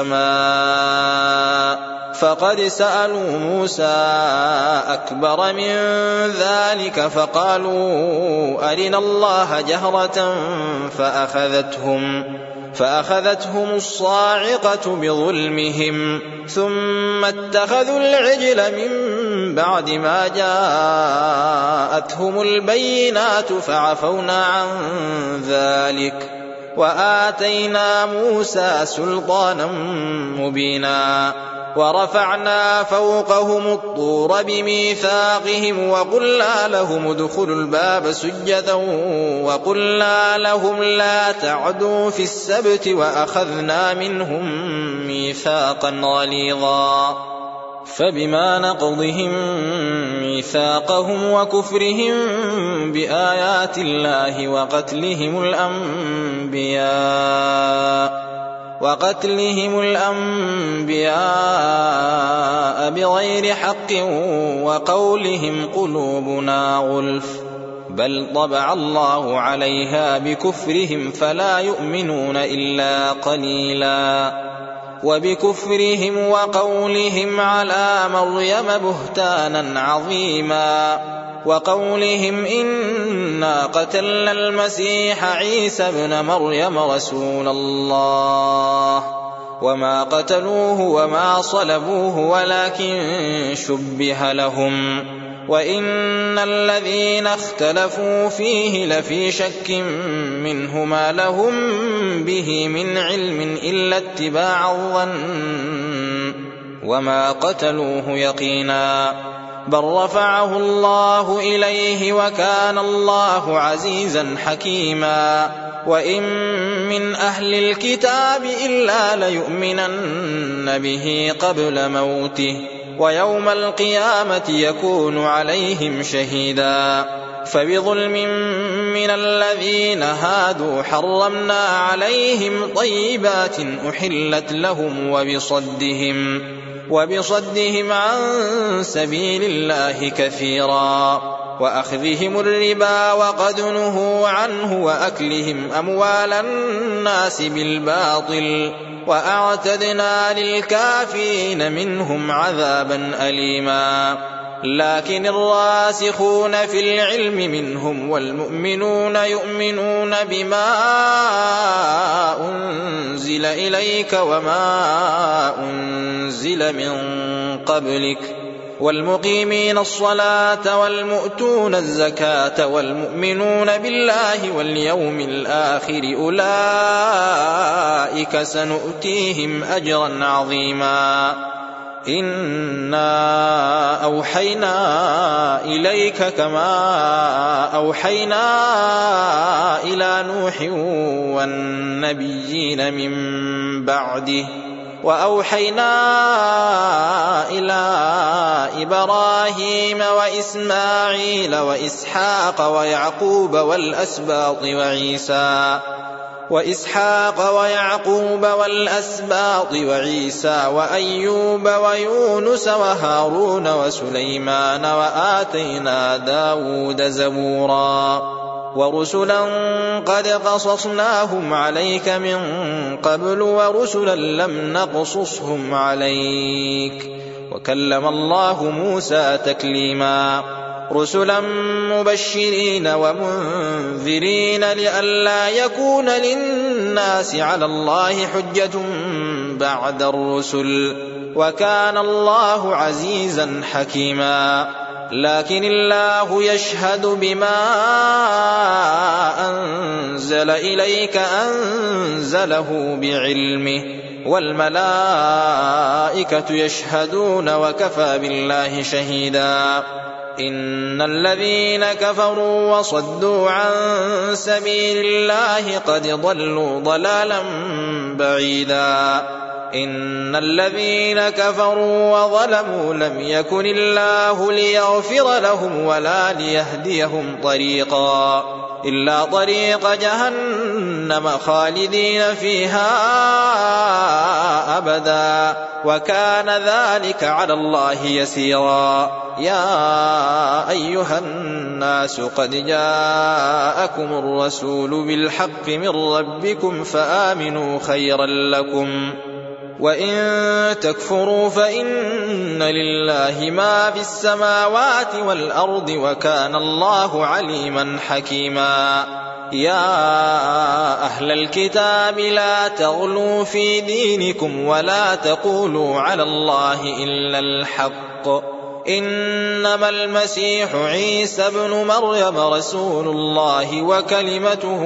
السماء فقد سألوا موسى أكبر من ذلك فقالوا أرنا الله جهرة فأخذتهم فأخذتهم الصاعقة بظلمهم ثم اتخذوا العجل من بعد ما جاءتهم البينات فعفونا عن ذلك وآتينا موسى سلطانا مبينا. ورفعنا فوقهم الطور بميثاقهم وقلنا لهم ادخلوا الباب سجدا وقلنا لهم لا تعدوا في السبت وأخذنا منهم ميثاقا غليظا. فبما نقضهم ميثاقهم وكفرهم بآيات الله وقتلهم الأنبياء وقتلهم الأنبياء بغير حق وقولهم قلوبنا غلف بل طبع الله عليها بكفرهم فلا يؤمنون إلا قليلا وبكفرهم وقولهم على مريم بهتانا عظيما وقولهم إنا قتلنا المسيح عيسى ابن مريم رسول الله وما قتلوه وما صلبوه ولكن شبه لهم وإن الذين اختلفوا فيه لفي شك منه ما لهم به من علم إلا اتباع الظن وما قتلوه يقينا بل رفعه الله إليه وكان الله عزيزا حكيما وإن من أهل الكتاب إلا ليؤمنن به قبل موته ويوم القيامة يكون عليهم شهيدا فبظلم من الذين هادوا حرمنا عليهم طيبات أحلت لهم وبصدهم وبصدهم عن سبيل الله كثيرا وأخذهم الربا وقد نهوا عنه وأكلهم أموال الناس بالباطل وأعتدنا للكافرين منهم عذابا أليما لكن الراسخون في العلم منهم والمؤمنون يؤمنون بما أنزل إليك وما أنزل من قبلك والمقيمين الصلاة والمؤتون الزكاة والمؤمنون بالله واليوم الآخر أولئك سنؤتيهم أجرا عظيما إنا أوحينا إليك كما أوحينا إلى نوح والنبيين من بعده وأوحينا إلى إبراهيم وإسماعيل وإسحاق ويعقوب والأسباط وعيسى وإسحاق ويعقوب والأسباط وعيسى وأيوب ويونس وهارون وسليمان وآتينا داود زبورا ورسلا قد قصصناهم عليك من قبل ورسلا لم نقصصهم عليك وكلم الله موسى تكليما رسلا مبشرين ومنذرين لئلا يكون للناس على الله حجة بعد الرسل وكان الله عزيزا حكيما لكن الله يشهد بما أنزل إليك أنزله بعلمه والملائكة يشهدون وكفى بالله شهيدا إن الذين كفروا وصدوا عن سبيل الله قد ضلوا ضلالا بعيدا إن الذين كفروا وظلموا لم يكن الله ليغفر لهم ولا ليهديهم طريقا إلا طريق جهنم خالدين فيها أبدا وكان ذلك على الله يسيرا يا أيها الناس قد جاءكم الرسول بالحق من ربكم فآمنوا خيرا لكم وإن تكفروا فإن لله ما في السماوات والأرض وكان الله عليما حكيما يا أهل الكتاب لا تغلوا في دينكم ولا تقولوا على الله إلا الحق إنما المسيح عيسى ابن مريم رسول الله وكلمته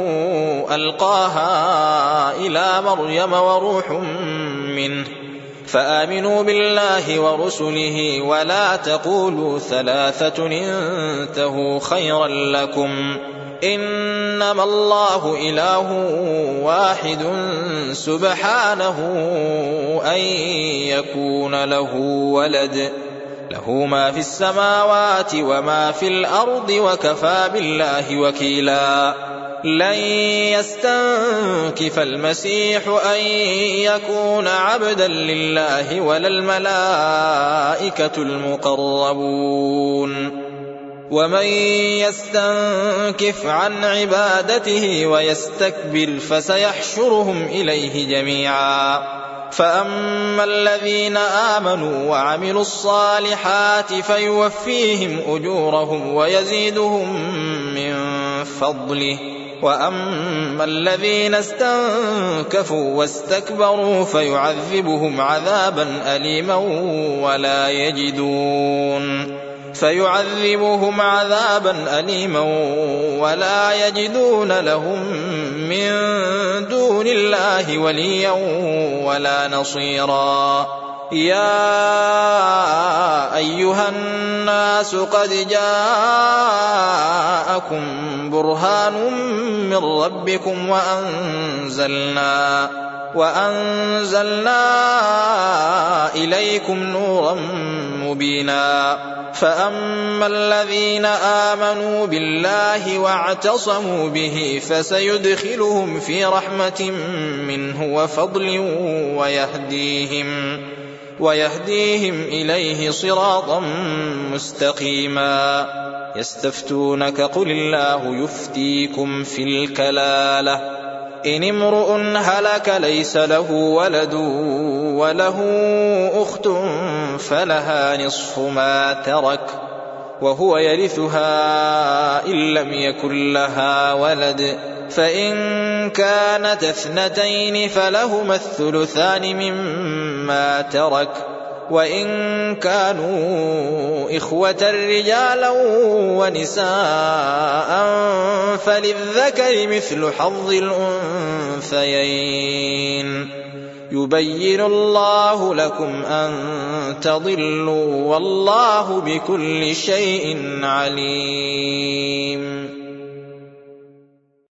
ألقاها إلى مريم وروح منه فآمنوا بالله ورسله ولا تقولوا ثلاثة انتهوا خيرا لكم إنما الله إله واحد سبحانه أن يكون له ولد له ما في السماوات وما في الأرض وكفى بالله وكيلا لن يستنكف المسيح أن يكون عبدا لله ولا الملائكة المقربون ومن يستنكف عن عبادته ويستكبر فسيحشرهم إليه جميعا فأما الذين آمنوا وعملوا الصالحات فيوفيهم أجورهم ويزيدهم من فضله وأما الذين استنكفوا واستكبروا فيعذبهم عذابا أليما ولا يجدون فيعذبهم عذابا أليما ولا يجدون لهم من دون الله وليا ولا نصيرا يا أيها الناس قد جاءكم برهان من ربكم وأنزلنا وأنزلنا إليكم نورا مبينا فأما الذين آمنوا بالله واعتصموا به فسيدخلهم في رحمة منه وفضل ويهديهم ويهديهم إليه صراطا مستقيما يستفتونك قل الله يفتيكم في الكلالة إن امرؤ هلك ليس له ولد وله أخت فلها نصف ما ترك وهو يرثها إن لم يكن لها ولد فإن كانت اثنتين فلهما الثلثان مما ترك وإن كانوا إخوة رجالا ونساء فللذكر مثل حظ الأنثيين يبين الله لكم أن تضلوا والله بكل شيء عليم.